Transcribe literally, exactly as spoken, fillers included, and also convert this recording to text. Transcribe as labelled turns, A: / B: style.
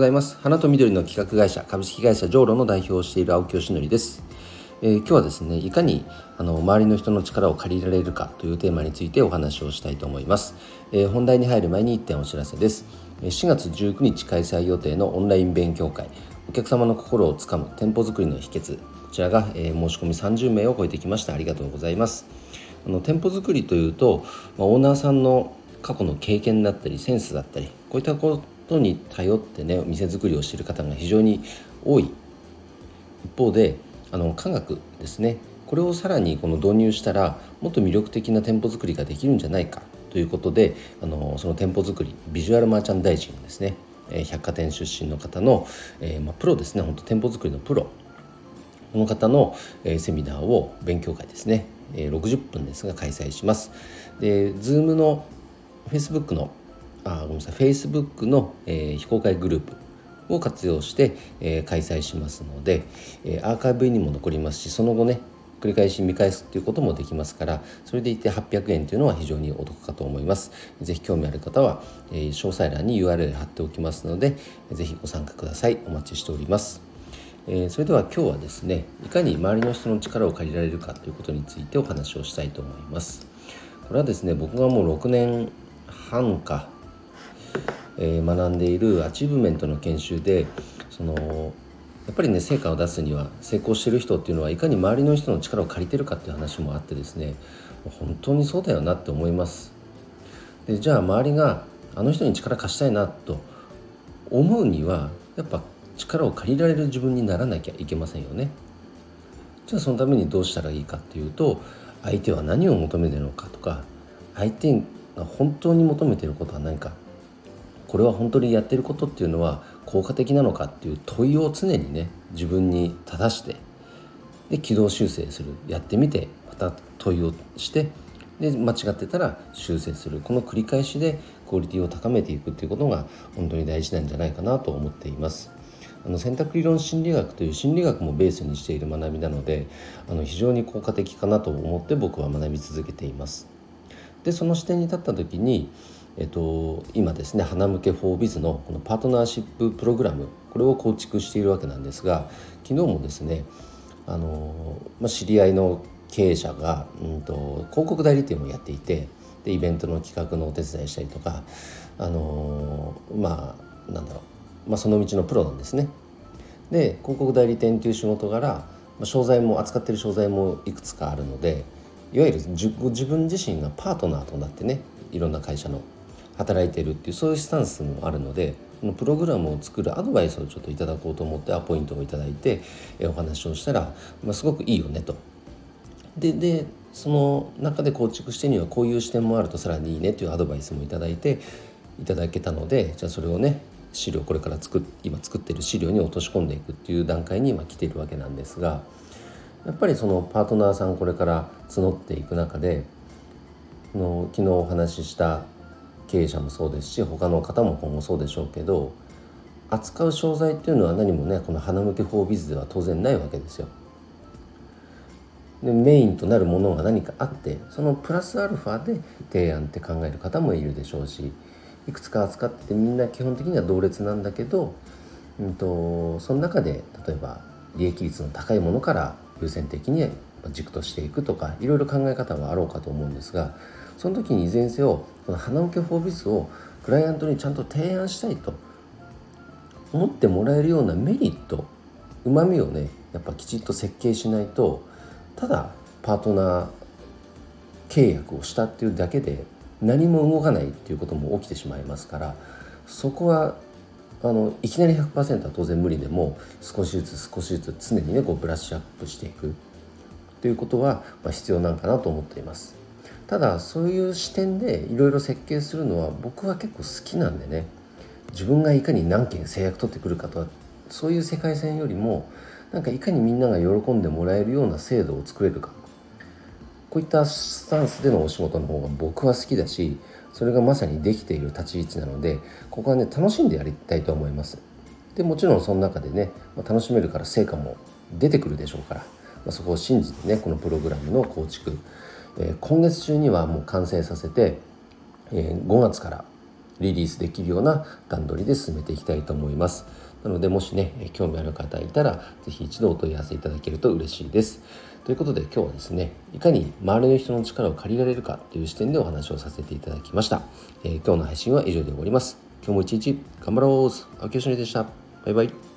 A: ございます。花と緑の企画会社株式会社ジョーロの代表をしている青木よしのりです。えー、今日はですねいかにあの周りの人の力を借りられるかというテーマについてお話をしたいと思います。えー、本題に入る前にいってんお知らせです。しがつじゅうくにち開催予定のオンライン勉強会、お客様の心をつかむ店舗作りの秘訣、こちらが、えー、申し込みさんじゅうめいを超えてきました。ありがとうございます。あの店舗作りというと、まあ、オーナーさんの過去の経験だったりセンスだったり、こういったことに頼ってね店作りをしている方が非常に多い一方で、あの科学ですね、これをさらにこの導入したらもっと魅力的な店舗作りができるんじゃないかということで、あのその店舗作りビジュアルマーチャンダイジングですね、えー、百貨店出身の方の、えーまあ、プロですね、本当店舗作りのプロ、この方の、えー、セミナーを勉強会ですね、えー、ろくじゅっぷんですが開催します。で Zoom の Facebook のあごめんなさい Facebook の、えー、非公開グループを活用して、えー、開催しますので、えー、アーカイブにも残りますし、その後ね繰り返し見返すということもできますから、それでいてはっぴゃくえんというのは非常にお得かと思います。ぜひ興味ある方は、えー、詳細欄に ユーアールエル 貼っておきますので、ぜひご参加ください。お待ちしております。えー、それでは今日はですね、いかに周りの人の力を借りられるかということについてお話をしたいと思います。これはですね、僕がもうろくねんはんか、えー、学んでいるアチーブメントの研修で、そのやっぱりね成果を出すには、成功している人っていうのはいかに周りの人の力を借りてるかっていう話もあってですね、本当にそうだよなって思います。でじゃあ周りがあの人に力貸したいなと思うには、やっぱ力を借りられる自分にならなきゃいけませんよね。じゃあそのためにどうしたらいいかっていうと、相手は何を求めているのかとか、相手が本当に求めていることは何か、これは本当にやっていることっていうのは効果的なのかっていう問いを常にね自分に正して、で軌道修正する、やってみてまた問いをして、で間違ってたら修正する、この繰り返しでクオリティを高めていくっていうことが本当に大事なんじゃないかなと思っています。あの選択理論心理学という心理学もベースにしている学びなので、あの非常に効果的かなと思って僕は学び続けています。でその視点に立った時に、えっと、今ですね花向け フォービズ のこのパートナーシッププログラム、これを構築しているわけなんですが、昨日もですねあの、まあ、知り合いの経営者が、うんと、広告代理店をやっていて、でイベントの企画のお手伝いしたりとか、あのまあなんだろう、まあ、その道のプロなんですね。で広告代理店という仕事柄、まあ、商材も扱っている商材もいくつかあるので、いわゆる自分自身がパートナーとなってね、いろんな会社の働いているっていう、そういうスタンスもあるので、このプログラムを作るアドバイスをちょっといただこうと思ってアポイントをいただいて、えお話をしたら、まあ、すごくいいよねと。ででその中で構築してにはこういう視点もあるとさらにいいねというアドバイスもいただいていただけたので、じゃあそれをね資料、これから作っ今作っている資料に落とし込んでいくっていう段階に今来ているわけなんですが、やっぱりそのパートナーさんこれから募っていく中で、の昨日お話しした経営者もそうですし、他の方も今後そうでしょうけど、扱う商材っていうのは何もねこの花向け フォービズ では当然ないわけですよ。でメインとなるものが何かあって、そのプラスアルファで提案って考える方もいるでしょうし、いくつか扱っててみんな基本的には同列なんだけど、うんと、その中で例えば利益率の高いものから優先的に軸としていくとか、いろいろ考え方はあろうかと思うんですが、その時にいずれにせよこの花向け フォービズ をクライアントにちゃんと提案したいと思ってもらえるようなメリット、うまみをねやっぱきちっと設計しないと、ただパートナー契約をしたっていうだけで何も動かないっていうことも起きてしまいますから、そこはあのいきなり ひゃくパーセント は当然無理でも、少しずつ少しずつ常にねこうブラッシュアップしていくということは、まあ、必要なんかなと思っています。ただそういう視点でいろいろ設計するのは僕は結構好きなんでね、自分がいかに何件制約取ってくるかとは、そういう世界線よりも、なんかいかにみんなが喜んでもらえるような制度を作れるか、こういったスタンスでのお仕事の方が僕は好きだし、それがまさにできている立ち位置なので、ここはね楽しんでやりたいと思います。でもちろんその中でね、まあ、楽しめるから成果も出てくるでしょうから、まあ、そこを信じてねこのプログラムの構築、えー、今月中にはもう完成させて、えー、ごがつからリリースできるような段取りで進めていきたいと思います。なのでもしね興味ある方いたらぜひ一度お問い合わせいただけると嬉しいです。ということで今日はですねいかに周りの人の力を借りられるかという視点でお話をさせていただきました。えー、今日の配信は以上で終わります。今日も一日頑張ろう。青木よしのりでした。バイバイ。